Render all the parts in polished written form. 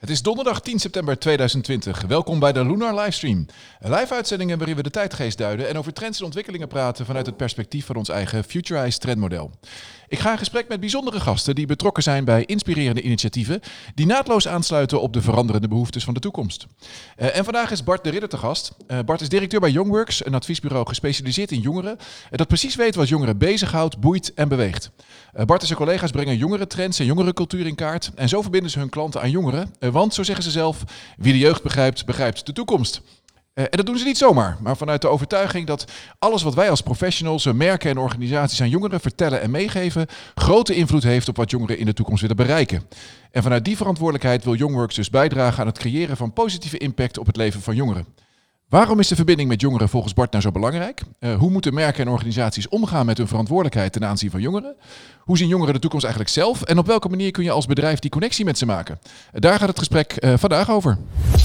Het is donderdag 10 september 2020. Welkom bij de Lunar Livestream. Een live uitzendingen waarin we de tijdgeest duiden en over trends en ontwikkelingen praten vanuit het perspectief van ons eigen Futurize trendmodel. Ik ga in gesprek met bijzondere gasten die betrokken zijn bij inspirerende initiatieven die naadloos aansluiten op de veranderende behoeftes van de toekomst. En vandaag is Bart de Ridder te gast. Bart is directeur bij Youngworks, een adviesbureau gespecialiseerd in jongeren dat precies weet wat jongeren bezighoudt, boeit en beweegt. Bart en zijn collega's brengen jongerentrends en jongerencultuur in kaart en zo verbinden ze hun klanten aan jongeren. Want, zo zeggen ze zelf, wie de jeugd begrijpt, begrijpt de toekomst. En dat doen ze niet zomaar, maar vanuit de overtuiging dat alles wat wij als professionals, merken en organisaties aan jongeren vertellen en meegeven, grote invloed heeft op wat jongeren in de toekomst willen bereiken. En vanuit die verantwoordelijkheid wil Youngworks dus bijdragen aan het creëren van positieve impact op het leven van jongeren. Waarom is de verbinding met jongeren volgens Bart nou zo belangrijk? Hoe moeten merken en organisaties omgaan met hun verantwoordelijkheid ten aanzien van jongeren? Hoe zien jongeren de toekomst eigenlijk zelf? En op welke manier kun je als bedrijf die connectie met ze maken? Daar gaat het gesprek vandaag over.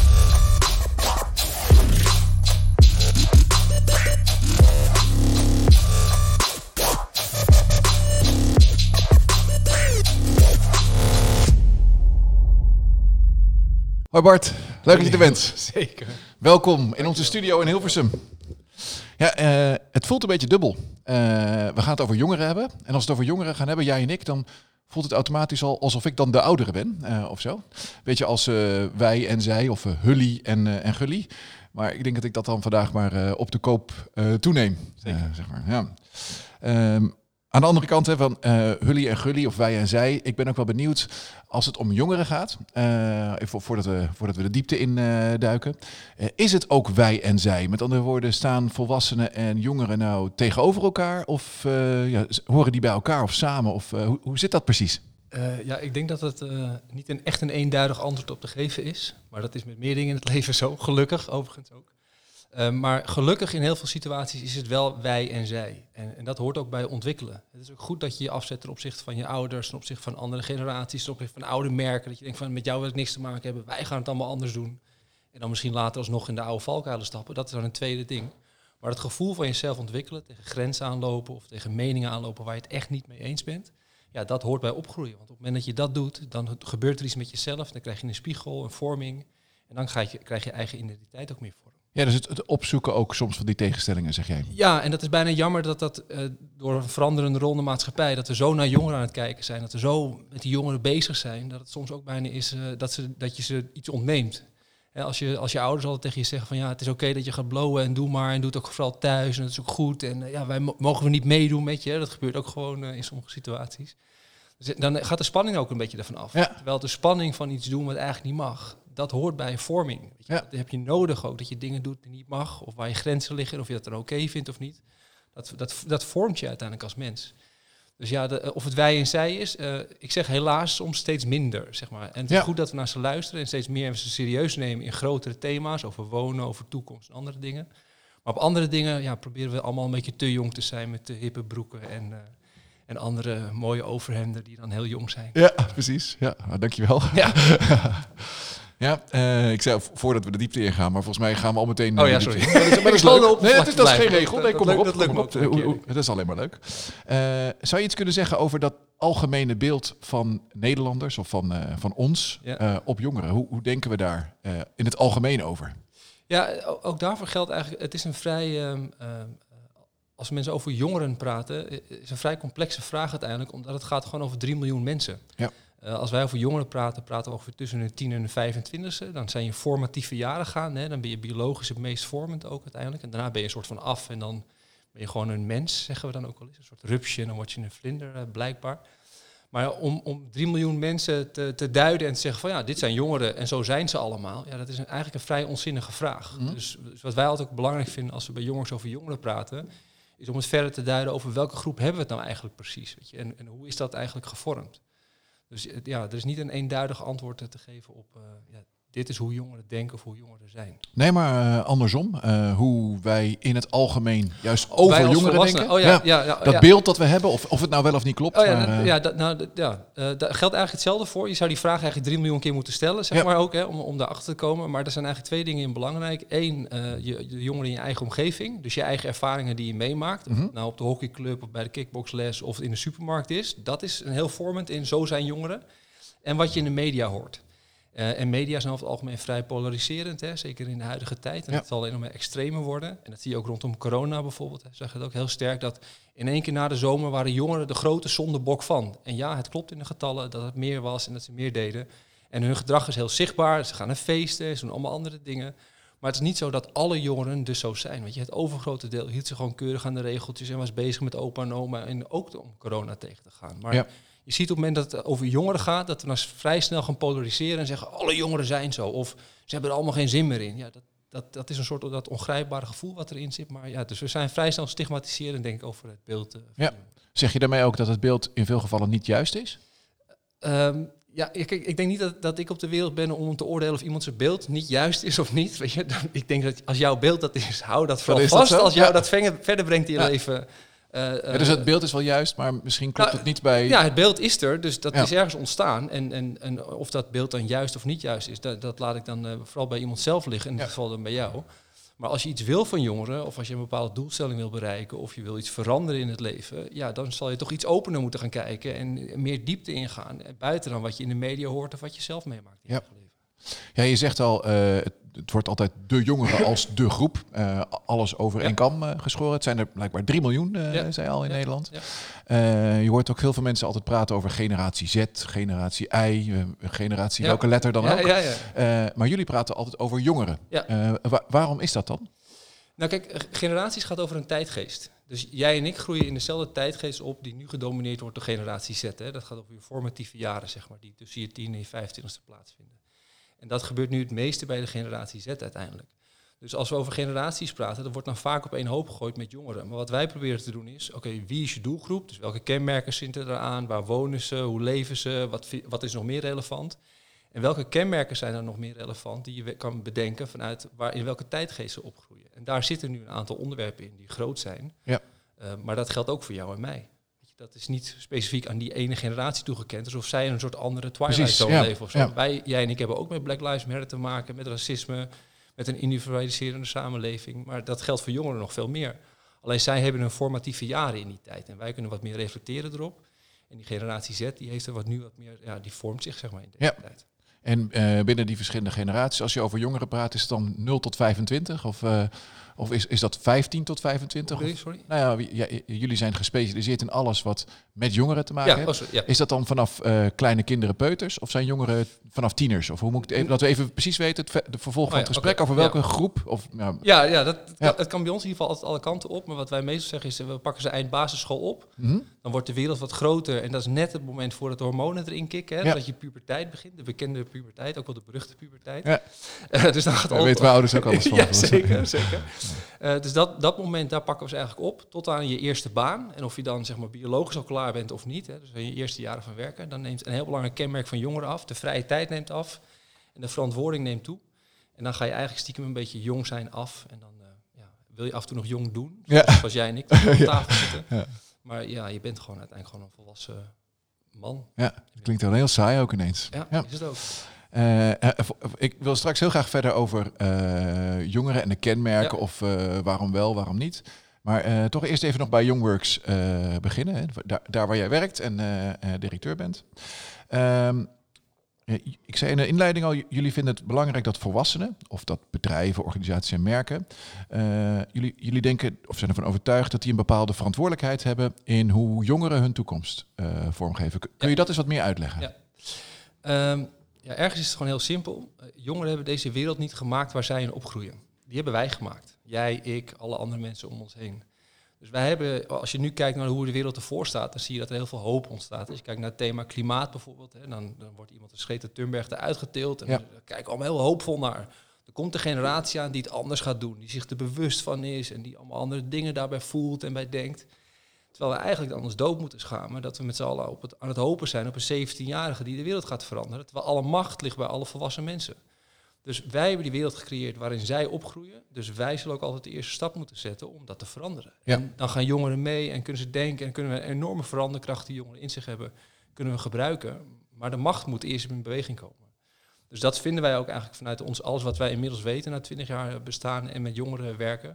Hoi Bart, leuk dat je er bent. Zeker. Welkom in onze studio in Hilversum. Ja, het voelt een beetje dubbel. We gaan het over jongeren hebben. En als we het over jongeren gaan hebben, jij en ik, dan voelt het automatisch al alsof ik dan de oudere ben, of zo. Beetje als wij en zij, of Hully en Gully. Maar ik denk dat ik dat dan vandaag maar op de koop toeneem. Zeg maar. Ja. Aan de andere kant van Hully en Gully, of wij en zij. Ik ben ook wel benieuwd als het om jongeren gaat. Voordat we de diepte in duiken. Is het ook wij en zij? Met andere woorden, staan volwassenen en jongeren nou tegenover elkaar? Of horen die bij elkaar of samen? Of hoe zit dat precies? Ik denk dat het niet echt een eenduidig antwoord op te geven is. Maar dat is met meer dingen in het leven zo. Gelukkig, overigens ook. Maar gelukkig in heel veel situaties is het wel wij en zij. En dat hoort ook bij ontwikkelen. Het is ook goed dat je je afzet ten opzichte van je ouders, ten opzichte van andere generaties, ten opzichte van oude merken. Dat je denkt van met jou wil ik niks te maken hebben, wij gaan het allemaal anders doen. En dan misschien later alsnog in de oude valkuilen stappen. Dat is dan een tweede ding. Maar het gevoel van jezelf ontwikkelen, tegen grenzen aanlopen of tegen meningen aanlopen waar je het echt niet mee eens bent. Ja, dat hoort bij opgroeien. Want op het moment dat je dat doet, dan gebeurt er iets met jezelf. Dan krijg je een spiegel, een vorming. En dan krijg je eigen identiteit ook meer vorm. Ja, dus het opzoeken ook soms van die tegenstellingen, zeg jij. Ja, en dat is bijna jammer dat door een veranderende rol in de maatschappij, dat we zo naar jongeren aan het kijken zijn, dat we zo met die jongeren bezig zijn, dat het soms ook bijna is dat je ze iets ontneemt. Als je ouders altijd tegen je zeggen van ja, het is oké dat je gaat blowen en doe maar en doe het ook vooral thuis en dat is ook goed. En wij mogen we niet meedoen met je. Dat gebeurt ook gewoon in sommige situaties. Dus dan gaat de spanning ook een beetje ervan af. Ja. Terwijl de spanning van iets doen wat eigenlijk niet mag, dat hoort bij een vorming. Weet je? Ja. Dat heb je nodig ook, dat je dingen doet die niet mag, of waar je grenzen liggen, of je dat dan oké vindt of niet. Dat vormt je uiteindelijk als mens. Dus ja, of het wij en zij is, ik zeg helaas soms steeds minder, zeg maar. En het is goed dat we naar ze luisteren en steeds meer ze serieus nemen in grotere thema's, over wonen, over toekomst en andere dingen. Maar op andere dingen proberen we allemaal een beetje te jong te zijn met de hippe broeken en andere mooie overhemden die dan heel jong zijn. Ja, precies. Ja, dankjewel. Ja. Ja, ik zei voordat we de diepte ingaan, maar volgens mij gaan we al meteen... Oh ja, sorry. Dat is leuk. Nee, dat is geen regel. Nee, kom maar op. Dat lukt me ook. Dat is alleen maar leuk. Zou je iets kunnen zeggen over dat algemene beeld van Nederlanders of van ons op jongeren? Hoe denken we daar in het algemeen over? Ja, ook daarvoor geldt eigenlijk, het is een vrij... als mensen over jongeren praten, is een vrij complexe vraag uiteindelijk, omdat het gaat gewoon over 3 miljoen mensen. Ja. Als wij over jongeren praten we over tussen de 10 en de 25e. Dan zijn je formatieve jaren gaan. Hè? Dan ben je biologisch het meest vormend ook uiteindelijk. En daarna ben je een soort van af en dan ben je gewoon een mens, zeggen we dan ook wel eens. Een soort rupsje en dan word je een vlinder, blijkbaar. Maar om 3 miljoen mensen te duiden en te zeggen van ja, dit zijn jongeren en zo zijn ze allemaal. Ja, dat is eigenlijk een vrij onzinnige vraag. Mm-hmm. Dus wat wij altijd ook belangrijk vinden als we bij jongens over jongeren praten, is om het verder te duiden over welke groep hebben we het nou eigenlijk precies. Weet je? En hoe is dat eigenlijk gevormd? Dus er is niet een eenduidig antwoord te geven op dit is hoe jongeren denken of hoe jongeren zijn. Nee, maar andersom. Hoe wij in het algemeen juist over jongeren denken. Oh, dat beeld dat we hebben, of het nou wel of niet klopt. Daar geldt eigenlijk hetzelfde voor. Je zou die vraag eigenlijk 3 miljoen keer moeten stellen, zeg maar ook, om daarachter te komen. Maar er zijn eigenlijk 2 dingen in belangrijk. 1, de jongeren in je eigen omgeving. Dus je eigen ervaringen die je meemaakt. Of het nou op de hockeyclub of bij de kickboxles of in de supermarkt is. Dat is een heel vormend in zo zijn jongeren. En wat je in de media hoort. En media zijn over het algemeen vrij polariserend, hè? Zeker in de huidige tijd. En dat zal alleen nog maar extremer worden. En dat zie je ook rondom corona bijvoorbeeld. Hè? Ze zeggen het ook heel sterk dat in één keer na de zomer waren jongeren de grote zondebok van. En ja, het klopt in de getallen dat het meer was en dat ze meer deden. En hun gedrag is heel zichtbaar. Ze gaan naar feesten, ze doen allemaal andere dingen. Maar het is niet zo dat alle jongeren dus zo zijn. Weet je, het overgrote deel hield zich gewoon keurig aan de regeltjes en was bezig met opa en oma en ook om corona tegen te gaan. Maar je ziet op het moment dat het over jongeren gaat, dat we dan vrij snel gaan polariseren en zeggen alle jongeren zijn zo. Of ze hebben er allemaal geen zin meer in. Ja, dat is een soort dat ongrijpbare gevoel wat erin zit. Maar ja, dus we zijn vrij snel stigmatiserend, denk ik, over het beeld. Zeg je daarmee ook dat het beeld in veel gevallen niet juist is? Ja, kijk, ik denk niet dat ik op de wereld ben om te oordelen of iemand zijn beeld niet juist is of niet. Weet je? Ik denk dat als jouw beeld dat is, hou dat vooral vast. Als jou dat verder brengt in je leven. Dus het beeld is wel juist, maar misschien klopt het niet bij... Ja, het beeld is er, dus dat is ergens ontstaan. En of dat beeld dan juist of niet juist is, dat laat ik dan vooral bij iemand zelf liggen. In dit geval dan bij jou. Maar als je iets wil van jongeren, of als je een bepaalde doelstelling wil bereiken, of je wil iets veranderen in het leven, ja, dan zal je toch iets opener moeten gaan kijken en meer diepte ingaan. Buiten dan wat je in de media hoort of wat je zelf meemaakt in je leven. Ja, je zegt al, het wordt altijd de jongeren als de groep. Alles over één kam geschoren. Het zijn er blijkbaar 3 miljoen, zei al in Nederland. Ja. Je hoort ook heel veel mensen altijd praten over generatie Z, generatie Y, generatie welke letter dan ook. Maar jullie praten altijd over jongeren. Ja. Waarom is dat dan? Nou kijk, generaties gaat over een tijdgeest. Dus jij en ik groeien in dezelfde tijdgeest op die nu gedomineerd wordt door generatie Z. Hè. Dat gaat over je formatieve jaren, zeg maar, die tussen je 10e en je 25e plaatsvinden. En dat gebeurt nu het meeste bij de generatie Z uiteindelijk. Dus als we over generaties praten, dan wordt dan vaak op één hoop gegooid met jongeren. Maar wat wij proberen te doen is, wie is je doelgroep? Dus welke kenmerken zitten eraan? Waar wonen ze? Hoe leven ze? Wat is nog meer relevant? En welke kenmerken zijn er nog meer relevant die je kan bedenken vanuit in welke tijdgeest ze opgroeien? En daar zitten nu een aantal onderwerpen in die groot zijn. Ja. Maar dat geldt ook voor jou en mij. Dat is niet specifiek aan die ene generatie toegekend. Alsof zij een soort andere Twilight Zone leven of zo. Ja. Jij en ik hebben ook met Black Lives Matter te maken, met racisme, met een individualiserende samenleving. Maar dat geldt voor jongeren nog veel meer. Alleen zij hebben een formatieve jaren in die tijd. En wij kunnen wat meer reflecteren erop. En die generatie Z, die heeft er wat meer, die vormt zich zeg maar in deze tijd. En binnen die verschillende generaties, als je over jongeren praat, is het dan 0 tot 25? Of is dat 15 tot 25? Sorry? Nou ja, jullie zijn gespecialiseerd in alles wat met jongeren te maken heeft. Ja. Is dat dan vanaf kleine kinderen, peuters? Of zijn jongeren vanaf tieners? Of hoe moet ik dat we even precies weten, de vervolg van het gesprek over welke groep? Of, het kan bij ons in ieder geval altijd alle kanten op. Maar wat wij meestal zeggen is, we pakken ze eind basisschool op. Mm-hmm. Dan wordt de wereld wat groter. En dat is net het moment voordat de hormonen erin kicken. Hè, dat je puberteit begint. De bekende puberteit, ook wel de beruchte puberteit. Ja. Dus dan gaat daar weten we ouders ook alles van. Ja, zeker. Dus dat moment, daar pakken we ze eigenlijk op. Tot aan je eerste baan. En of je dan zeg maar biologisch al klaar bent of niet. Hè, dus in je eerste jaren van werken. Dan neemt een heel belangrijk kenmerk van jongeren af. De vrije tijd neemt af. En de verantwoording neemt toe. En dan ga je eigenlijk stiekem een beetje jong zijn af. En dan wil je af en toe nog jong doen. Zoals jij en ik op tafel zitten. Ja. Maar ja, je bent gewoon uiteindelijk gewoon een volwassen man. Ja, klinkt wel heel saai ook ineens. Ja, is het ook. Ik wil straks heel graag verder over jongeren en de kenmerken of waarom wel, waarom niet. Maar toch eerst even nog bij Youngworks beginnen. Hè? Daar waar jij werkt en directeur bent. Ik zei in de inleiding al, jullie vinden het belangrijk dat volwassenen, of dat bedrijven, organisaties en merken, jullie denken, of zijn ervan overtuigd, dat die een bepaalde verantwoordelijkheid hebben in hoe jongeren hun toekomst vormgeven. Kun je dat eens wat meer uitleggen? Ja, ergens is het gewoon heel simpel. Jongeren hebben deze wereld niet gemaakt waar zij in opgroeien. Die hebben wij gemaakt. Jij, ik, alle andere mensen om ons heen. Dus wij hebben, als je nu kijkt naar hoe de wereld ervoor staat, dan zie je dat er heel veel hoop ontstaat. Als je kijkt naar het thema klimaat bijvoorbeeld, hè, dan wordt iemand als Greta Thunberg eruit getild. En daar kijken we allemaal heel hoopvol naar. Er komt een generatie aan die het anders gaat doen, die zich er bewust van is en die allemaal andere dingen daarbij voelt en bij denkt. Terwijl we eigenlijk anders dood moeten schamen dat we met z'n allen aan het hopen zijn op een 17-jarige die de wereld gaat veranderen. Terwijl alle macht ligt bij alle volwassen mensen. Dus wij hebben die wereld gecreëerd waarin zij opgroeien. Dus wij zullen ook altijd de eerste stap moeten zetten om dat te veranderen. Ja. En dan gaan jongeren mee en kunnen ze denken en kunnen we een enorme veranderkracht die jongeren in zich hebben, kunnen we gebruiken. Maar de macht moet eerst in beweging komen. Dus dat vinden wij ook eigenlijk vanuit ons, alles wat wij inmiddels weten na 20 jaar bestaan en met jongeren werken.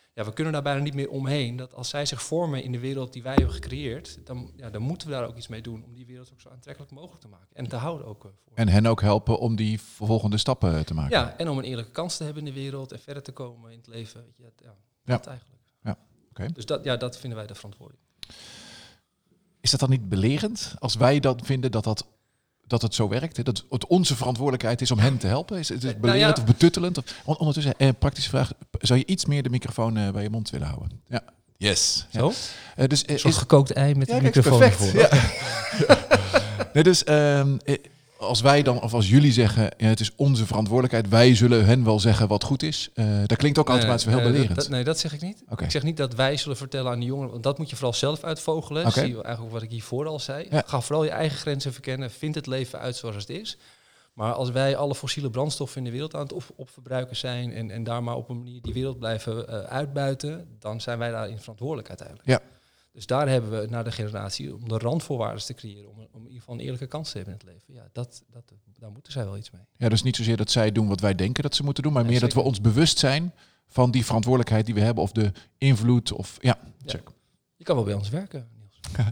ja, we kunnen daar bijna niet meer omheen. Dat als zij zich vormen in de wereld die wij hebben gecreëerd, dan moeten we daar ook iets mee doen om die wereld ook zo aantrekkelijk mogelijk te maken. En te houden ook. Voor. En hen ook helpen om die volgende stappen te maken. Ja, en om een eerlijke kans te hebben in de wereld en verder te komen in het leven. Weet je, dat eigenlijk. Ja, okay. Dus dat vinden wij de verantwoording. Is dat dan niet belerend als wij dan vinden dat het zo werkt? Hè? Dat het onze verantwoordelijkheid is om hen te helpen? Is het belerend of betuttelend? Ondertussen, praktische vraag. Zou je iets meer de microfoon bij je mond willen houden? Ja. Yes. Zo? Ja. Dus, een soort gekookt ei met de microfoon perfect. Ja. Nee, dus als wij dan, of als jullie zeggen, het is onze verantwoordelijkheid, wij zullen hen wel zeggen wat goed is. Dat klinkt ook automatisch wel heel belerend. Dat zeg ik niet. Okay. Ik zeg niet dat wij zullen vertellen aan de jongeren, want dat moet je vooral zelf uitvogelen. Okay. Zie je eigenlijk wat ik hiervoor al zei. Ja. Ga vooral je eigen grenzen verkennen. Vind het leven uit zoals het is. Maar als wij alle fossiele brandstoffen in de wereld aan het opverbruiken zijn en daar maar op een manier die wereld blijven uitbuiten, dan zijn wij daarin verantwoordelijk uiteindelijk. Ja. Dus daar hebben we naar de generatie om de randvoorwaarden te creëren, om in ieder geval een eerlijke kans te hebben in het leven. Ja, daar moeten zij wel iets mee. Ja, dus niet zozeer dat zij doen wat wij denken dat ze moeten doen, maar meer dat we ons bewust zijn van die verantwoordelijkheid die we hebben of de invloed. Of check. Je kan wel bij ons werken, Niels.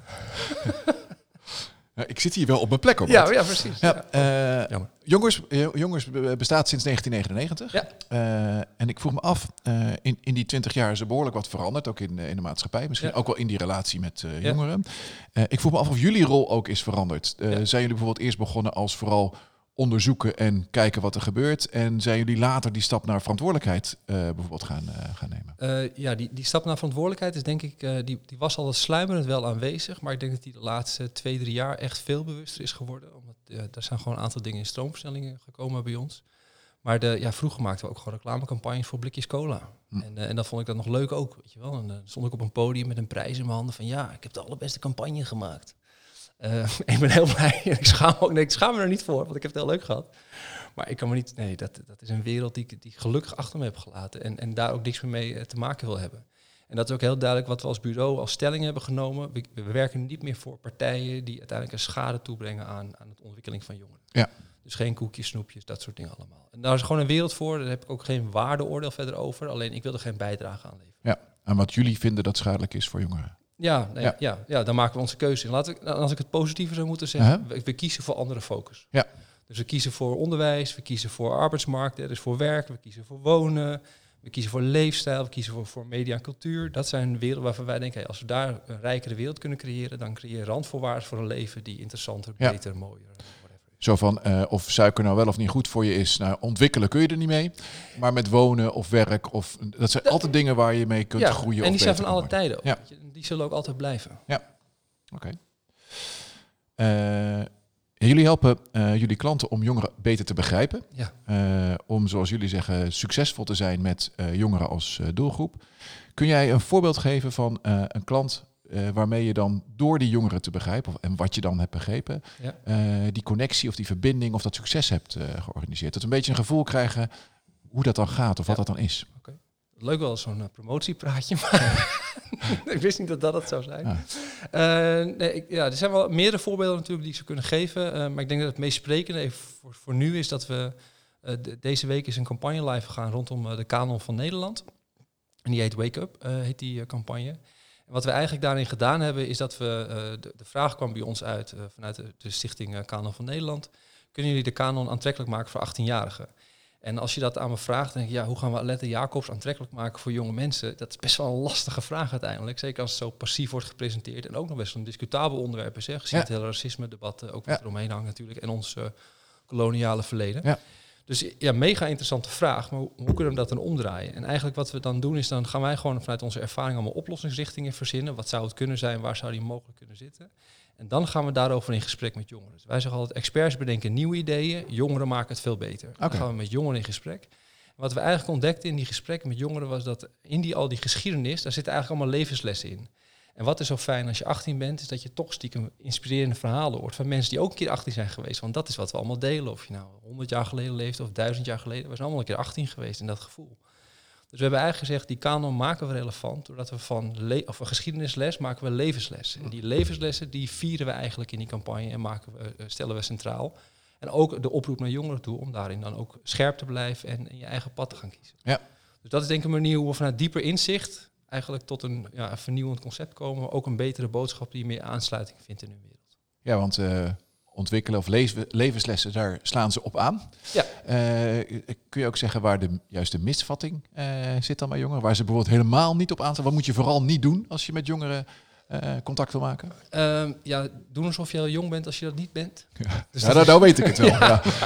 Ik zit hier wel op mijn plek, hoor. Ja, precies. Ja. Jongens bestaat sinds 1999. Ja. En ik vroeg me af, in die 20 jaar is er behoorlijk wat veranderd, ook in de maatschappij. Misschien ook wel in die relatie met jongeren. Ik vroeg me af of jullie rol ook is veranderd. Zijn jullie bijvoorbeeld eerst begonnen als vooral onderzoeken en kijken wat er gebeurt? En zijn jullie later die stap naar verantwoordelijkheid bijvoorbeeld gaan nemen? Die stap naar verantwoordelijkheid is denk ik, die was al sluimerend wel aanwezig. Maar ik denk dat die de laatste 2-3 jaar echt veel bewuster is geworden. Omdat er zijn gewoon een aantal dingen in stroomversnellingen gekomen bij ons. Maar vroeger maakten we ook gewoon reclamecampagnes voor blikjes cola. En dat vond ik dan nog leuk ook, weet je wel. En dan stond ik op een podium met een prijs in mijn handen van ik heb de allerbeste campagne gemaakt. Ik ben heel blij en ik schaam me er niet voor, want ik heb het heel leuk gehad. Maar ik kan me niet... Nee, dat is een wereld die ik gelukkig achter me heb gelaten. En daar ook niks meer mee te maken wil hebben. En dat is ook heel duidelijk wat we als bureau als stelling hebben genomen. We werken niet meer voor partijen die uiteindelijk een schade toebrengen aan de ontwikkeling van jongeren. Ja. Dus geen koekjes, snoepjes, dat soort dingen allemaal. En daar is gewoon een wereld voor. Daar heb ik ook geen waardeoordeel verder over. Alleen ik wil er geen bijdrage aan leveren. Ja, en wat jullie vinden dat schadelijk is voor jongeren. Ja, daar maken we onze keuze in. Als ik het positiever zou moeten zeggen, we kiezen voor andere focus. Ja. Dus we kiezen voor onderwijs, we kiezen voor arbeidsmarkten, dus voor werk, we kiezen voor wonen, we kiezen voor leefstijl, we kiezen voor media en cultuur. Dat zijn werelden waarvan wij denken, als we daar een rijkere wereld kunnen creëren, dan creëer je randvoorwaarden voor een leven die interessanter, beter, mooier. Zo van, of suiker nou wel of niet goed voor je is. Nou, ontwikkelen kun je er niet mee. Maar met wonen of werk, dat zijn altijd dingen waar je mee kunt groeien. En die zijn van alle tijden. Ja. Die zullen ook altijd blijven. Ja, oké. Jullie helpen jullie klanten om jongeren beter te begrijpen. Ja. Om, zoals jullie zeggen, succesvol te zijn met jongeren als doelgroep. Kun jij een voorbeeld geven van een klant waarmee je dan door die jongeren te begrijpen, en wat je dan hebt begrepen, die connectie of die verbinding of dat succes hebt georganiseerd? Dat we een beetje een gevoel krijgen hoe dat dan gaat of wat dat dan is. Okay. Leuk wel zo'n promotiepraatje, maar ik wist niet dat het zou zijn. Ja. Er zijn wel meerdere voorbeelden natuurlijk die ik zou kunnen geven. Maar ik denk dat het meest sprekende even voor nu is dat we deze week is een campagne live gegaan rondom de Kanon van Nederland. En die heet Wake Up, heet die campagne. En wat we eigenlijk daarin gedaan hebben, is dat we... de vraag kwam bij ons uit vanuit de stichting Kanon van Nederland. Kunnen jullie de kanon aantrekkelijk maken voor 18-jarigen? En als je dat aan me vraagt, dan denk ik, hoe gaan we Aletta Jacobs aantrekkelijk maken voor jonge mensen? Dat is best wel een lastige vraag uiteindelijk. Zeker als het zo passief wordt gepresenteerd. En ook nog best een discutabel onderwerp is. Gezien het hele racisme-debat, ook wat eromheen hangt natuurlijk. En ons koloniale verleden. Ja. Dus mega interessante vraag, maar hoe kunnen we dat dan omdraaien? En eigenlijk wat we dan doen is, dan gaan wij gewoon vanuit onze ervaring allemaal oplossingsrichtingen verzinnen. Wat zou het kunnen zijn? Waar zou die mogelijk kunnen zitten? En dan gaan we daarover in gesprek met jongeren. Dus wij zeggen altijd, experts bedenken nieuwe ideeën, jongeren maken het veel beter. Dan gaan we met jongeren in gesprek. En wat we eigenlijk ontdekten in die gesprekken met jongeren was dat in al die geschiedenis, daar zitten eigenlijk allemaal levenslessen in. En wat is zo fijn als je 18 bent, is dat je toch stiekem inspirerende verhalen hoort van mensen die ook een keer 18 zijn geweest. Want dat is wat we allemaal delen. Of je nou 100 jaar geleden leefde of 1000 jaar geleden. We zijn allemaal een keer 18 geweest in dat gevoel. Dus we hebben eigenlijk gezegd, die kanon maken we relevant, doordat we van een geschiedenisles maken we levenslessen. En die levenslessen die vieren we eigenlijk in die campagne en stellen we centraal. En ook de oproep naar jongeren toe om daarin dan ook scherp te blijven en je eigen pad te gaan kiezen. Ja. Dus dat is denk ik een manier hoe we vanuit dieper inzicht eigenlijk tot een vernieuwend concept komen. Maar ook een betere boodschap die meer aansluiting vindt in hun wereld. Ja, want ontwikkelen of levenslessen, daar slaan ze op aan. Ja. Kun je ook zeggen waar juist de misvatting zit dan bij jongeren? Waar ze bijvoorbeeld helemaal niet op aanslaan? Wat moet je vooral niet doen als je met jongeren contact wil maken? Doen alsof je heel jong bent als je dat niet bent. Ja, Dus nou weet ik het wel.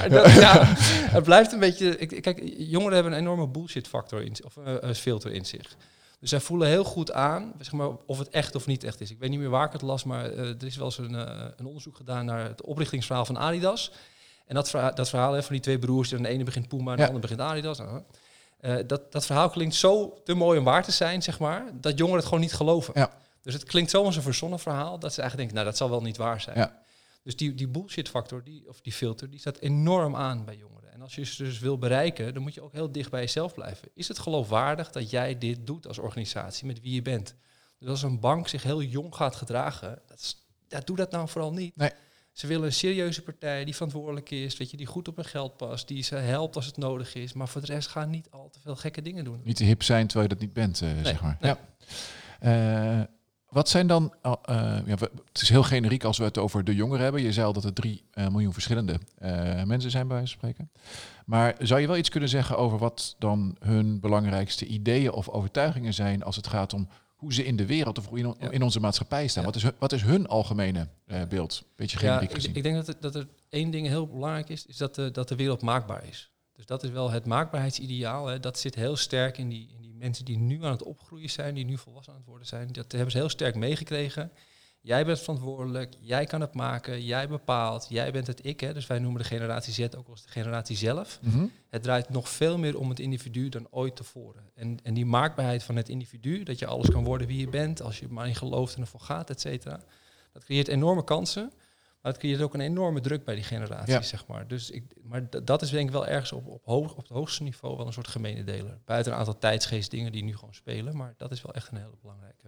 Het blijft een beetje... Kijk, jongeren hebben een enorme bullshit factor filter in zich. Dus zij voelen heel goed aan, zeg maar, of het echt of niet echt is. Ik weet niet meer waar ik het las, maar er is wel eens een onderzoek gedaan naar het oprichtingsverhaal van Adidas. En dat verhaal van die twee broers, de ene begint Puma en de andere begint Adidas. Dat verhaal klinkt zo te mooi om waar te zijn, zeg maar, dat jongeren het gewoon niet geloven. Ja. Dus het klinkt zo als een verzonnen verhaal, dat ze eigenlijk denken, dat zal wel niet waar zijn. Ja. Dus die bullshit factor, die filter, die staat enorm aan bij jongeren. En als je ze dus wil bereiken, dan moet je ook heel dicht bij jezelf blijven. Is het geloofwaardig dat jij dit doet als organisatie met wie je bent? Dus als een bank zich heel jong gaat gedragen, doe dat nou vooral niet. Nee. Ze willen een serieuze partij die verantwoordelijk is, die goed op hun geld past, die ze helpt als het nodig is. Maar voor de rest gaan niet al te veel gekke dingen doen. Niet te hip zijn terwijl je dat niet bent, zeg maar. Nee. Ja. Wat zijn dan... het is heel generiek als we het over de jongeren hebben. Je zei al dat er 3 miljoen verschillende mensen zijn, bij wijze van spreken. Maar zou je wel iets kunnen zeggen over wat dan hun belangrijkste ideeën of overtuigingen zijn als het gaat om hoe ze in de wereld of in onze maatschappij staan? Ja. Wat is hun algemene beeld? Beetje generiek gezien. Ik denk dat er 1 ding heel belangrijk is dat de wereld maakbaar is. Dus dat is wel het maakbaarheidsideaal. Hè. Dat zit heel sterk in die mensen die nu aan het opgroeien zijn, die nu volwassen aan het worden zijn. Dat hebben ze heel sterk meegekregen. Jij bent verantwoordelijk, jij kan het maken, jij bepaalt, jij bent het ik. Hè. Dus wij noemen de generatie Z ook als de generatie zelf. Mm-hmm. Het draait nog veel meer om het individu dan ooit tevoren. En die maakbaarheid van het individu, dat je alles kan worden wie je bent, als je maar in gelooft en ervoor gaat, et cetera. Dat creëert enorme kansen. Maar het creëert ook een enorme druk bij die generatie, zeg maar. Dus dat is denk ik wel ergens op het hoogste niveau wel een soort gemene deler. Buiten een aantal tijdsgeestdingen die nu gewoon spelen. Maar dat is wel echt een hele belangrijke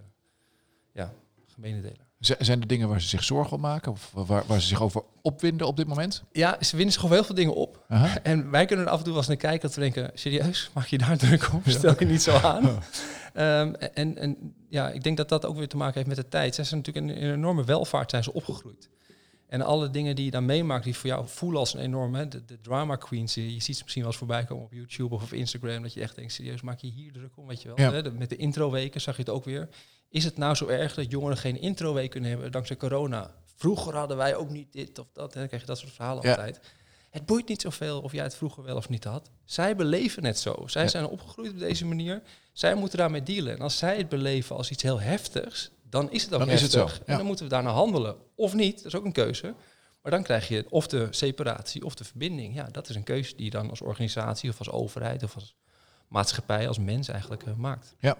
gemene deler. Zijn er dingen waar ze zich zorgen om maken? Of waar ze zich over opwinden op dit moment? Ja, ze winnen zich over heel veel dingen op. Aha. En wij kunnen er af en toe wel eens naar kijken dat we denken, serieus, maak je daar druk op? Stel je niet zo aan. Ik denk dat dat ook weer te maken heeft met de tijd. Ze zijn natuurlijk in een enorme welvaart zijn ze opgegroeid. En alle dingen die je dan meemaakt, die voor jou voelen als een enorme... De drama queens, je ziet ze misschien wel eens voorbij komen op YouTube of op Instagram... dat je echt denkt, serieus, maak je hier druk om, weet je wel. Ja. Met de introweken zag je het ook weer. Is het nou zo erg dat jongeren geen introweek kunnen hebben dankzij corona? Vroeger hadden wij ook niet dit of dat. Dan krijg je dat soort verhalen altijd. Het boeit niet zoveel of jij het vroeger wel of niet had. Zij beleven het zo. Zij zijn opgegroeid op deze manier. Zij moeten daarmee dealen. En als zij het beleven als iets heel heftigs... dan is het ook heftig. Is het zo. Ja. En dan moeten we daarna handelen. Of niet, dat is ook een keuze. Maar dan krijg je of de separatie of de verbinding. Ja, dat is een keuze die je dan als organisatie of als overheid... of als maatschappij, als mens eigenlijk maakt. Ja.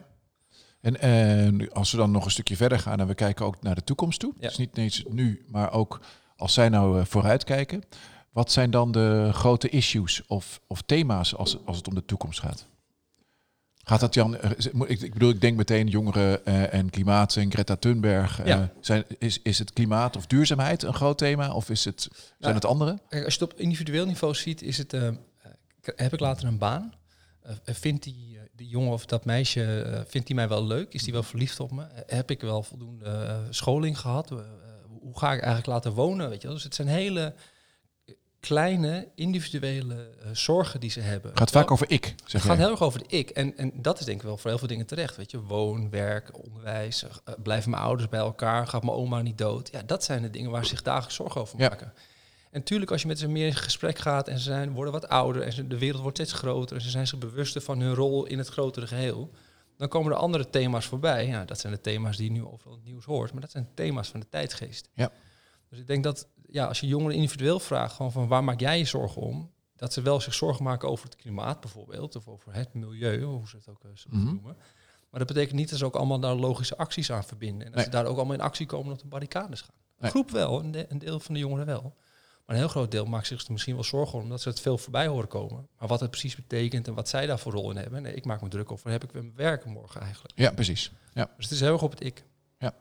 En als we dan nog een stukje verder gaan... en we kijken ook naar de toekomst toe. Ja. Dus niet eens nu, maar ook als zij nou vooruitkijken... wat zijn dan de grote issues of thema's als het om de toekomst gaat? Gaat dat, Jan? Ik denk meteen jongeren en klimaat en Greta Thunberg. Ja. Is het klimaat of duurzaamheid een groot thema? Of zijn het andere? Als je het op individueel niveau ziet, is het... heb ik later een baan? Vindt die jongen of dat meisje, vindt die mij wel leuk? Is die wel verliefd op me? Heb ik wel voldoende scholing gehad? Hoe ga ik eigenlijk laten wonen? Weet je wel? Dus het zijn hele... kleine individuele zorgen die ze hebben. Het gaat vaak over ik. Het gaat heel erg over de ik. En dat is denk ik wel voor heel veel dingen terecht. Weet je, woon, werk, onderwijs, blijven mijn ouders bij elkaar, gaat mijn oma niet dood. Ja, dat zijn de dingen waar ze zich dagelijks zorgen over maken. En natuurlijk als je met ze meer in gesprek gaat en ze worden wat ouder en de wereld wordt steeds groter en ze zijn zich bewuster van hun rol in het grotere geheel, dan komen er andere thema's voorbij. Ja, dat zijn de thema's die je nu overal in het nieuws hoort, maar dat zijn thema's van de tijdsgeest. Ja. Dus ik denk dat als je jongeren individueel vraagt gewoon van waar maak jij je zorgen om, dat ze wel zich zorgen maken over het klimaat bijvoorbeeld, of over het milieu, hoe ze het ook noemen. Maar dat betekent niet dat ze ook allemaal daar logische acties aan verbinden. En dat ze daar ook allemaal in actie komen op de barricades gaan. Een groep wel, een deel van de jongeren wel. Maar een heel groot deel maakt zich er misschien wel zorgen om, omdat ze het veel voorbij horen komen. Maar wat het precies betekent en wat zij daar voor rol in hebben, nee, ik maak me druk over, heb ik weer mijn werk morgen eigenlijk. Ja, precies. Ja. Dus het is heel erg op het ik. Ja.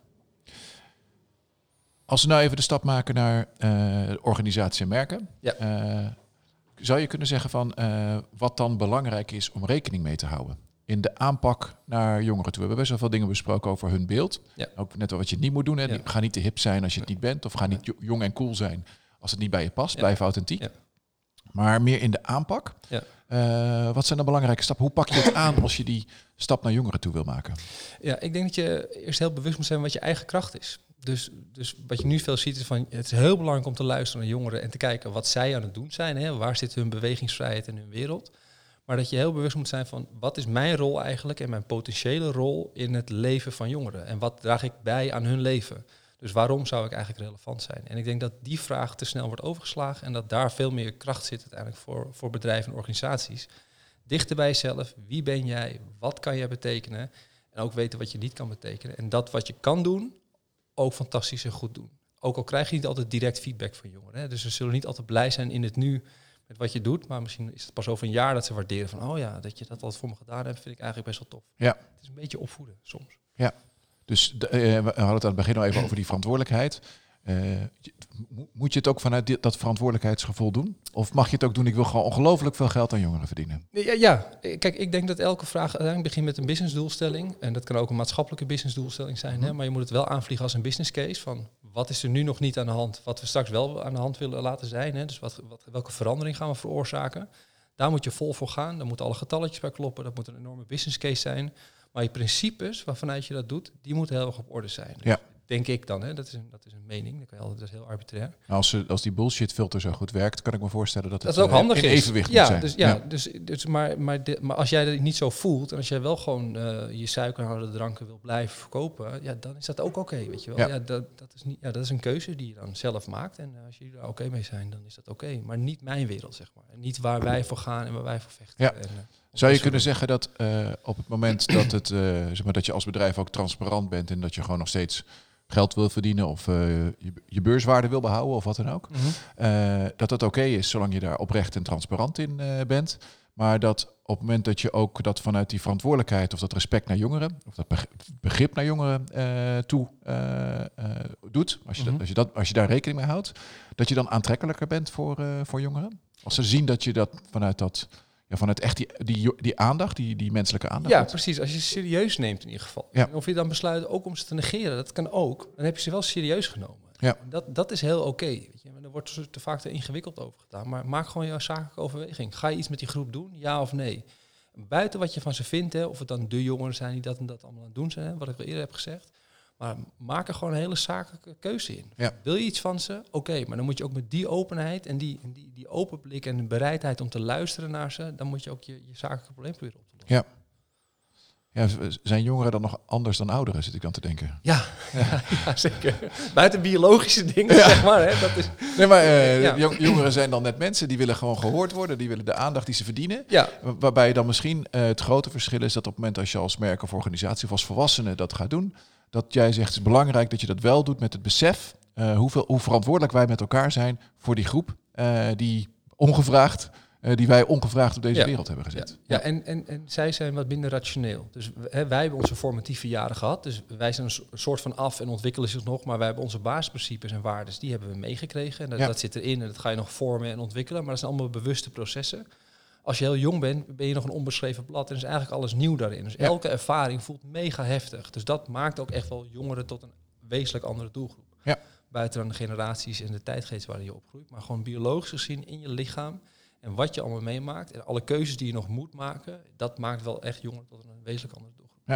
Als we nou even de stap maken naar organisatie en merken. Ja. Zou je kunnen zeggen van wat dan belangrijk is om rekening mee te houden? in de aanpak naar jongeren toe? We hebben best wel veel dingen besproken over hun beeld. Ja. Ook net wat je niet moet doen. Hè? Ja. Ga niet te hip zijn als je het niet bent. Of ga niet jong en cool zijn als het niet bij je past. Ja. Blijf authentiek. Ja. Maar meer in de aanpak. Ja. Wat zijn de belangrijke stappen? Hoe pak je het aan als je die stap naar jongeren toe wil maken? Ja, ik denk dat je eerst heel bewust moet zijn wat je eigen kracht is. Dus wat je nu veel ziet is van, het is heel belangrijk om te luisteren naar jongeren en te kijken wat zij aan het doen zijn. Hè? Waar zit hun bewegingsvrijheid in hun wereld? Maar dat je heel bewust moet zijn van, wat is mijn rol eigenlijk en mijn potentiële rol in het leven van jongeren? En wat draag ik bij aan hun leven? Dus waarom zou ik eigenlijk relevant zijn? En ik denk dat die vraag te snel wordt overgeslagen en dat daar veel meer kracht zit uiteindelijk voor bedrijven en organisaties. Dichter bij jezelf, wie ben jij, wat kan jij betekenen en ook weten wat je niet kan betekenen. En dat wat je kan doen, ook fantastisch en goed doen. Ook al krijg je niet altijd direct feedback van jongeren. Hè? Dus ze zullen niet altijd blij zijn in het nu met wat je doet, maar misschien is het pas over een jaar dat ze waarderen van, oh ja, dat je dat altijd voor me gedaan hebt, vind ik eigenlijk best wel tof. Ja. Het is een beetje opvoeden soms. Ja, dus we hadden het aan het begin al even over die verantwoordelijkheid. Moet je het ook vanuit dat verantwoordelijkheidsgevoel doen? Of mag je het ook doen, ik wil gewoon ongelooflijk veel geld aan jongeren verdienen? Ja, kijk, ik denk dat elke vraag uiteindelijk begint met een businessdoelstelling. En dat kan ook een maatschappelijke businessdoelstelling zijn. Hè? Maar je moet het wel aanvliegen als een business case van wat is er nu nog niet aan de hand, wat we straks wel aan de hand willen laten zijn. Hè? Dus welke verandering gaan we veroorzaken? Daar moet je vol voor gaan. Daar moeten alle getalletjes bij kloppen. Dat moet een enorme business case zijn. Maar je principes waarvanuit je dat doet, die moeten heel erg op orde zijn. Dus ja. Denk ik dan, hè? Dat is een mening. Dat, kan je altijd, dat is heel arbitrair. Als die bullshit filter zo goed werkt, kan ik me voorstellen dat het ook handig in is. Evenwicht moet zijn. Maar als jij dat niet zo voelt en als jij wel gewoon je suikerhoudende dranken wil blijven verkopen, ja, dan is dat ook oké, weet je wel. Ja. Dat is een keuze die je dan zelf maakt. En als jullie daar oké mee zijn, dan is dat oké. Maar niet mijn wereld, zeg maar. En niet waar wij voor gaan en waar wij voor vechten. Ja. En, zou je kunnen zeggen dat op het moment dat het, zeg maar, dat je als bedrijf ook transparant bent en dat je gewoon nog steeds geld wil verdienen of je beurswaarde wil behouden of wat dan ook. Dat oké is zolang je daar oprecht en transparant in bent. Maar dat op het moment dat je ook dat vanuit die verantwoordelijkheid of dat respect naar jongeren of dat begrip naar jongeren toe doet, als je daar rekening mee houdt, dat je dan aantrekkelijker bent voor jongeren. Als ze zien dat je dat vanuit echt die aandacht, die menselijke aandacht. Ja, precies. Als je ze serieus neemt in ieder geval. Ja. Of je dan besluit ook om ze te negeren, dat kan ook. Dan heb je ze wel serieus genomen. Ja. Dat is heel oké. Er wordt te vaak te ingewikkeld over gedaan. Maar maak gewoon jouw zakelijke overweging. Ga je iets met die groep doen? Ja of nee? Buiten wat je van ze vindt, hè, of het dan de jongeren zijn die dat en dat allemaal aan het doen zijn, hè, wat ik al eerder heb gezegd. Maar maak er gewoon een hele zakelijke keuze in. Ja. Wil je iets van ze? Oké, maar dan moet je ook met die openheid en die open blik en de bereidheid om te luisteren naar ze, dan moet je ook je zakelijke probleem proberen op te lossen. Ja. Ja, zijn jongeren dan nog anders dan ouderen, zit ik dan te denken? Ja, zeker. Buiten biologische dingen, zeg maar. Hè, dat is... Nee, maar jongeren zijn dan net mensen, die willen gewoon gehoord worden, die willen de aandacht die ze verdienen. Ja. Waarbij dan misschien het grote verschil is dat op het moment als je als merk of organisatie of als volwassene dat gaat doen, dat jij zegt het is belangrijk dat je dat wel doet met het besef hoe verantwoordelijk wij met elkaar zijn voor die groep die wij ongevraagd op deze wereld hebben gezet. Ja, en zij zijn wat minder rationeel. Dus wij hebben onze formatieve jaren gehad. Dus wij zijn een soort van af en ontwikkelen zich nog. Maar wij hebben onze basisprincipes en waarden, die hebben we meegekregen. En dat zit erin en dat ga je nog vormen en ontwikkelen. Maar dat zijn allemaal bewuste processen. Als je heel jong bent, ben je nog een onbeschreven blad. En is eigenlijk alles nieuw daarin. Dus elke ervaring voelt mega heftig. Dus dat maakt ook echt wel jongeren tot een wezenlijk andere doelgroep. Ja. Buiten dan de generaties en de tijdgeest waarin je opgroeit. Maar gewoon biologisch gezien in je lichaam. En wat je allemaal meemaakt en alle keuzes die je nog moet maken, dat maakt wel echt jongeren tot een wezenlijk andere doelgroep. Ja.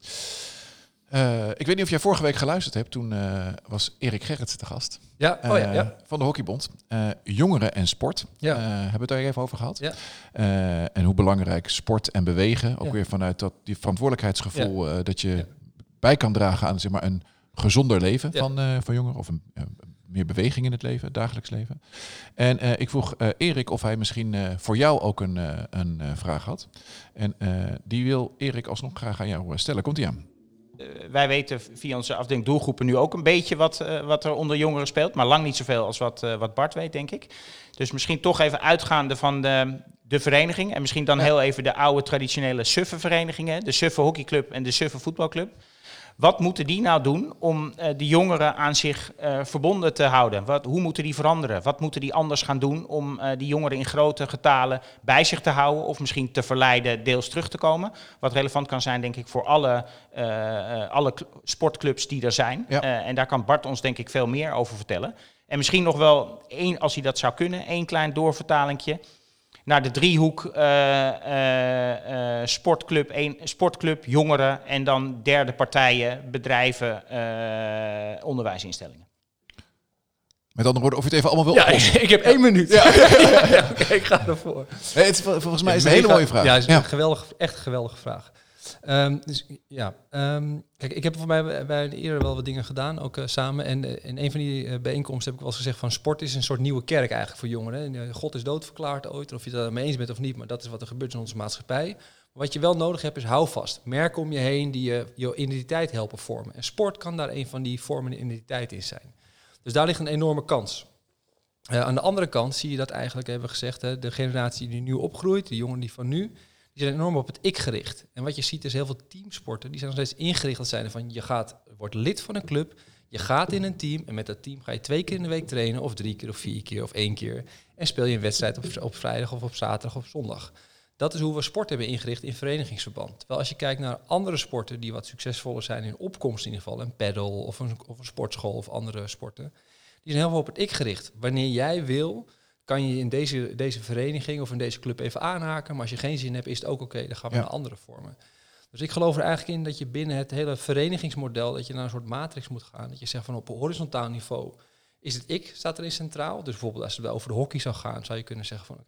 Ik weet niet of jij vorige week geluisterd hebt. Toen was Erik Gerritsen te gast. Ja, van de Hockeybond. Jongeren en sport. Hebben we het daar even over gehad. Ja. En hoe belangrijk sport en bewegen. Ook weer vanuit die verantwoordelijkheidsgevoel dat je bij kan dragen aan zeg maar, een gezonder leven van jongeren. Of meer beweging in het leven, het dagelijks leven. En ik vroeg Erik of hij misschien voor jou ook een vraag had. En die wil Erik alsnog graag aan jou stellen. Komt-ie aan? Wij weten via onze afdeling doelgroepen nu ook een beetje wat er onder jongeren speelt. Maar lang niet zoveel als wat Bart weet, denk ik. Dus misschien toch even uitgaande van de vereniging. En misschien dan heel even de oude traditionele suffe verenigingen. De suffe hockeyclub en de suffe voetbalclub. Wat moeten die nou doen om die jongeren aan zich verbonden te houden? Hoe moeten die veranderen? Wat moeten die anders gaan doen om die jongeren in grote getalen bij zich te houden of misschien te verleiden deels terug te komen? Wat relevant kan zijn, denk ik, voor alle sportclubs die er zijn. Ja. En daar kan Bart ons, denk ik, veel meer over vertellen. En misschien nog wel, als hij dat zou kunnen, één klein doorvertalingje naar de driehoek sportclub, jongeren en dan derde partijen, bedrijven, onderwijsinstellingen. Met andere woorden, of je het even allemaal wil oplossen. Ik heb 1 minuut. Ja. Okay, ik ga ervoor. Nee, volgens mij is het een hele mooie vraag. Ja, het is echt een geweldige vraag. Kijk, ik heb voor mij bij eerder wel wat dingen gedaan, ook samen. En in een van die bijeenkomsten heb ik wel eens gezegd van sport is een soort nieuwe kerk eigenlijk voor jongeren. En, God is doodverklaard ooit, of je het daarmee eens bent of niet, maar dat is wat er gebeurt in onze maatschappij. Wat je wel nodig hebt is houvast. Merken om je heen die je identiteit helpen vormen. En sport kan daar een van die vormende identiteit in zijn. Dus daar ligt een enorme kans. Aan de andere kant zie je dat eigenlijk, hebben we gezegd, de generatie die nu opgroeit, de jongeren die van nu, die zijn enorm op het ik gericht. En wat je ziet is heel veel teamsporten, die zijn nog steeds ingericht dat zijn van wordt lid van een club, je gaat in een team en met dat team ga je 2 keer in de week trainen of 3 keer of 4 keer of 1 keer. En speel je een wedstrijd op vrijdag of op zaterdag of zondag. Dat is hoe we sport hebben ingericht in verenigingsverband. Terwijl als je kijkt naar andere sporten die wat succesvoller zijn in opkomst in ieder geval, een paddle of een sportschool of andere sporten, die zijn heel veel op het ik gericht. Wanneer jij wil, kan je in deze vereniging of in deze club even aanhaken. Maar als je geen zin hebt, is het ook oké, dan gaan we naar andere vormen. Dus ik geloof er eigenlijk in dat je binnen het hele verenigingsmodel, dat je naar een soort matrix moet gaan. Dat je zegt van op een horizontaal niveau is het ik, staat erin centraal. Dus bijvoorbeeld als het over de hockey zou gaan, zou je kunnen zeggen van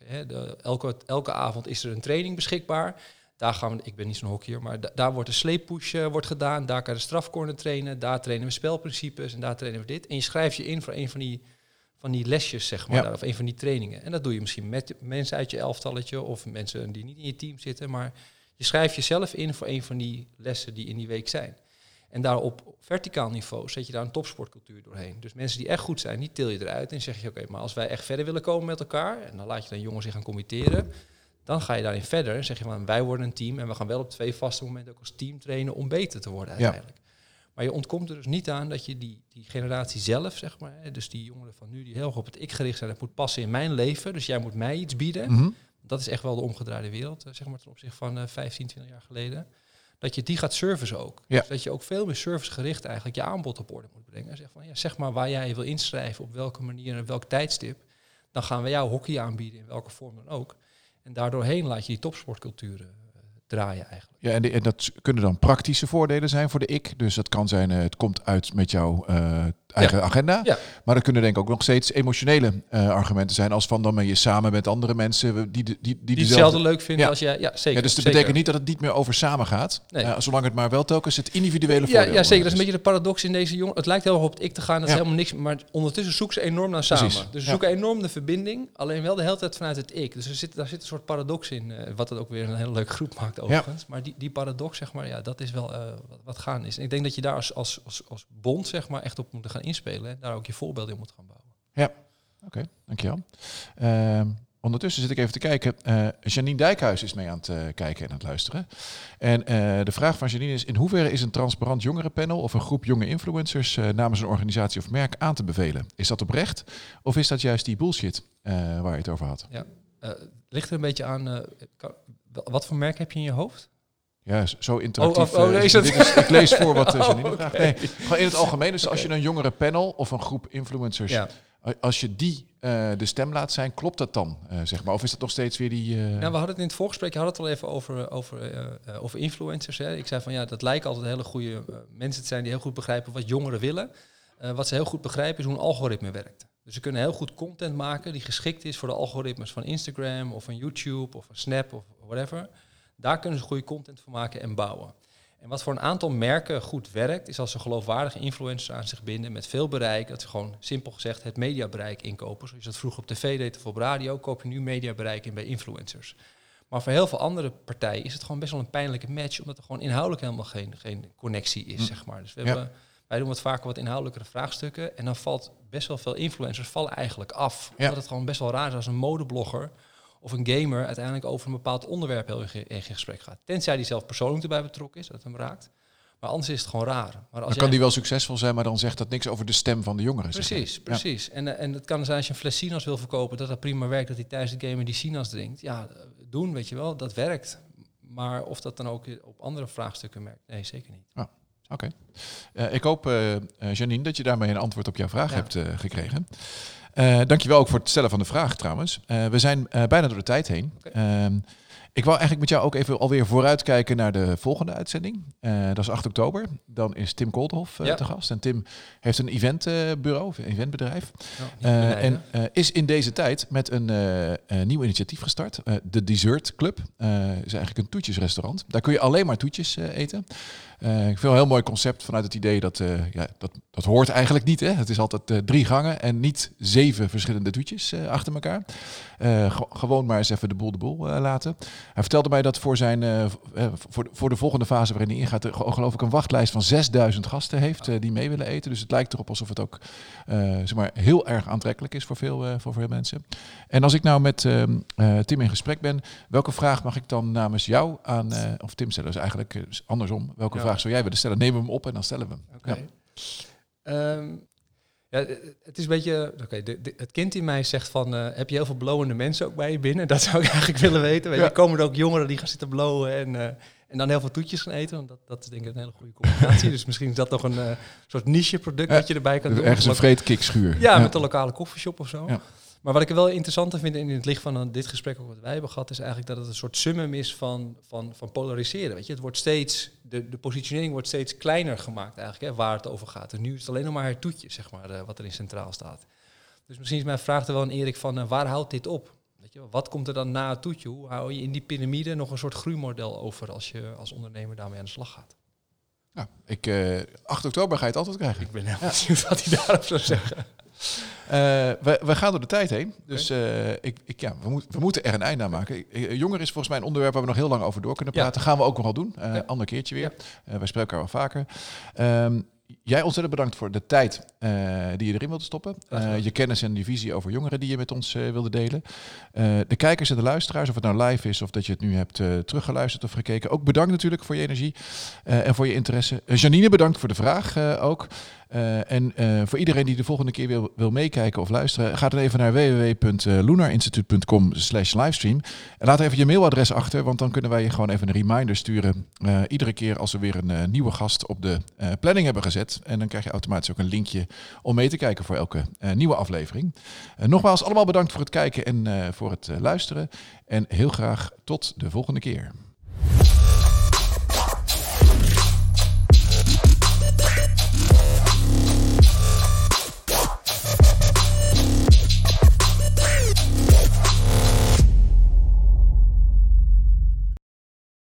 elke avond is er een training beschikbaar. Daar gaan we, ik ben niet zo'n hockeyer, maar daar wordt de sleeppush wordt gedaan. Daar kan je de strafcorner trainen. Daar trainen we spelprincipes en daar trainen we dit. En je schrijft je in voor een van die lesjes, zeg maar, of een van die trainingen. En dat doe je misschien met mensen uit je elftalletje of mensen die niet in je team zitten. Maar je schrijft jezelf in voor een van die lessen die in die week zijn. En daar op verticaal niveau zet je daar een topsportcultuur doorheen. Dus mensen die echt goed zijn, die til je eruit en zeg je oké, maar als wij echt verder willen komen met elkaar, en dan laat je dan jongens zich gaan committeren, dan ga je daarin verder en zeg je van wij worden een team en we gaan wel op 2 vaste momenten ook als team trainen om beter te worden uiteindelijk. Maar je ontkomt er dus niet aan dat je die generatie zelf, zeg maar, dus die jongeren van nu die heel erg op het ik gericht zijn, dat moet passen in mijn leven, dus jij moet mij iets bieden. Mm-hmm. Dat is echt wel de omgedraaide wereld, zeg maar ten opzichte van 15, 20 jaar geleden. Dat je die gaat servicen ook. Ja. Dus dat je ook veel meer servicegericht eigenlijk je aanbod op orde moet brengen. Zeg van, zeg maar waar jij wil inschrijven, op welke manier en welk tijdstip. Dan gaan we jou hockey aanbieden, in welke vorm dan ook. En daardoorheen laat je die topsportculturen draaien eigenlijk. Ja, en dat kunnen dan praktische voordelen zijn voor de ik. Dus dat kan zijn, het komt uit met jouw eigen agenda. Ja. Maar er kunnen denk ik ook nog steeds emotionele argumenten zijn. Als van dan ben je samen met andere mensen die hetzelfde leuk vinden als jij. Ja, zeker. Ja, dus dat betekent niet dat het niet meer over samen gaat. Nee. Zolang het maar wel telkens het individuele voordeel ja, zeker. Dat is een beetje de paradox in deze jongen. Het lijkt heel erg op het ik te gaan. Dat is helemaal niks. Maar ondertussen zoeken ze enorm naar samen. Precies. Dus ze zoeken enorm de verbinding. Alleen wel de hele tijd vanuit het ik. Dus daar zit een soort paradox in. Wat het ook weer een hele leuke groep maakt overigens. Ja. Maar die paradox, zeg maar, dat is wel wat gaan is. En ik denk dat je daar als bond, zeg maar, echt op moet gaan inspelen. En daar ook je voorbeeld in moet gaan bouwen. Ja, oké, dankjewel. Ondertussen zit ik even te kijken. Janine Dijkhuis is mee aan het kijken en aan het luisteren. En de vraag van Janine is: in hoeverre is een transparant jongerenpanel of een groep jonge influencers namens een organisatie of merk aan te bevelen? Is dat oprecht of is dat juist die bullshit waar je het over had? Ja, ligt er een beetje aan. Wat voor merk heb je in je hoofd? Ja, zo interactief. Ik lees voor wat Janine vraagt. Nee, gewoon in het algemeen. Dus als je een jongerenpanel of een groep influencers, als je die de stem laat zijn, klopt dat dan, zeg maar? Of is dat nog steeds weer die... Nou, we hadden het in het voorgesprek, je had het al even over influencers. Hè. Ik zei van dat lijken altijd hele goede mensen te zijn die heel goed begrijpen wat jongeren willen. Wat ze heel goed begrijpen is hoe een algoritme werkt. Dus ze kunnen heel goed content maken die geschikt is voor de algoritmes van Instagram of van YouTube of van Snap of whatever. Daar kunnen ze goede content voor maken en bouwen. En wat voor een aantal merken goed werkt, is als ze geloofwaardige influencers aan zich binden met veel bereik. Dat ze gewoon, simpel gezegd, het mediabereik inkopen. Zoals je dat vroeger op tv deed of op radio, koop je nu mediabereik in bij influencers. Maar voor heel veel andere partijen is het gewoon best wel een pijnlijke match, omdat er gewoon inhoudelijk helemaal geen connectie is, zeg maar. Dus wij doen wat vaker wat inhoudelijkere vraagstukken en dan valt best wel veel influencers vallen eigenlijk af. Ja. Omdat het gewoon best wel raar is als een modeblogger of een gamer uiteindelijk over een bepaald onderwerp heel in gesprek gaat. Tenzij die zelf persoonlijk erbij betrokken is, dat het hem raakt. Maar anders is het gewoon raar. Maar als Dan kan die wel succesvol zijn, maar dan zegt dat niks over de stem van de jongeren. Precies. Ja. En het kan zijn als je een fles sinaas wil verkopen, dat prima werkt, dat hij tijdens het gamen die sinaas drinkt. Ja, doen, weet je wel, dat werkt. Maar of dat dan ook op andere vraagstukken merkt, nee, zeker niet. Oh, oké. Ik hoop, Janine, dat je daarmee een antwoord op jouw vraag hebt gekregen. Dankjewel ook voor het stellen van de vraag trouwens. We zijn bijna door de tijd heen. Okay. Ik wil eigenlijk met jou ook even alweer vooruitkijken naar de volgende uitzending. Dat is 8 oktober. Dan is Tim Kolthoff te gast. En Tim heeft een eventbureau, een eventbedrijf. En is in deze tijd met een nieuw initiatief gestart. De Dessert Club. Is eigenlijk een toetjesrestaurant. Daar kun je alleen maar toetjes eten. Ik vind een heel mooi concept vanuit het idee dat dat hoort eigenlijk niet. Hè? Het is altijd 3 gangen en niet 7 verschillende toetjes achter elkaar. Gewoon maar eens even de boel laten. Hij vertelde mij dat voor voor de volgende fase waarin hij ingaat, geloof ik een wachtlijst van 6000 gasten heeft die mee willen eten. Dus het lijkt erop alsof het ook heel erg aantrekkelijk is voor veel mensen. En als ik nou met Tim in gesprek ben, welke vraag mag ik dan namens jou aan, of Tim stellen, dus eigenlijk andersom, welke vraag zou jij willen stellen? Nemen we hem op en dan stellen we hem. Okay. Het is een beetje... het kind in mij zegt van... heb je heel veel blowende mensen ook bij je binnen? Dat zou ik eigenlijk willen weten. Weet je, komen er ook jongeren die gaan zitten blowen en dan heel veel toetjes gaan eten? Want dat is denk ik een hele goede combinatie. Dus misschien is dat toch een soort niche product dat je erbij kan doen. Ergens een vreedkikschuur. Ja, met een lokale koffieshop of zo. Ja. Maar wat ik er wel interessanter vind in het licht van dit gesprek ook wat wij hebben gehad, is eigenlijk dat het een soort summum is van polariseren. Weet je? Het wordt steeds, de positionering wordt steeds kleiner gemaakt eigenlijk, hè, waar het over gaat. En nu is het alleen nog maar het toetje, zeg maar, wat erin centraal staat. Dus misschien is mijn vraag er wel aan Erik van, waar houdt dit op? Weet je, wat komt er dan na het toetje? Hoe hou je in die piramide nog een soort groeimodel over als je als ondernemer daarmee aan de slag gaat? Ja, 8 oktober ga je het altijd krijgen. Ik ben heel benieuwd wat hij daarop zou zeggen. We gaan door de tijd heen, dus we moeten er een einde aan maken. Jongeren is volgens mij een onderwerp waar we nog heel lang over door kunnen praten. Gaan we ook nog wel doen, ander keertje weer. Wij spreken elkaar wel vaker. Jij ontzettend bedankt voor de tijd die je erin wilde stoppen. Je kennis en je visie over jongeren die je met ons wilde delen. De kijkers en de luisteraars, of het nou live is of dat je het nu hebt teruggeluisterd of gekeken. Ook bedankt natuurlijk voor je energie en voor je interesse. Janine, bedankt voor de vraag ook. En voor iedereen die de volgende keer wil meekijken of luisteren, ga dan even naar www.lunarinstituut.com/livestream. En laat even je mailadres achter, want dan kunnen wij je gewoon even een reminder sturen. Iedere keer als we weer een nieuwe gast op de planning hebben gezet. En dan krijg je automatisch ook een linkje om mee te kijken voor elke nieuwe aflevering. Nogmaals, allemaal bedankt voor het kijken en voor het luisteren. En heel graag tot de volgende keer.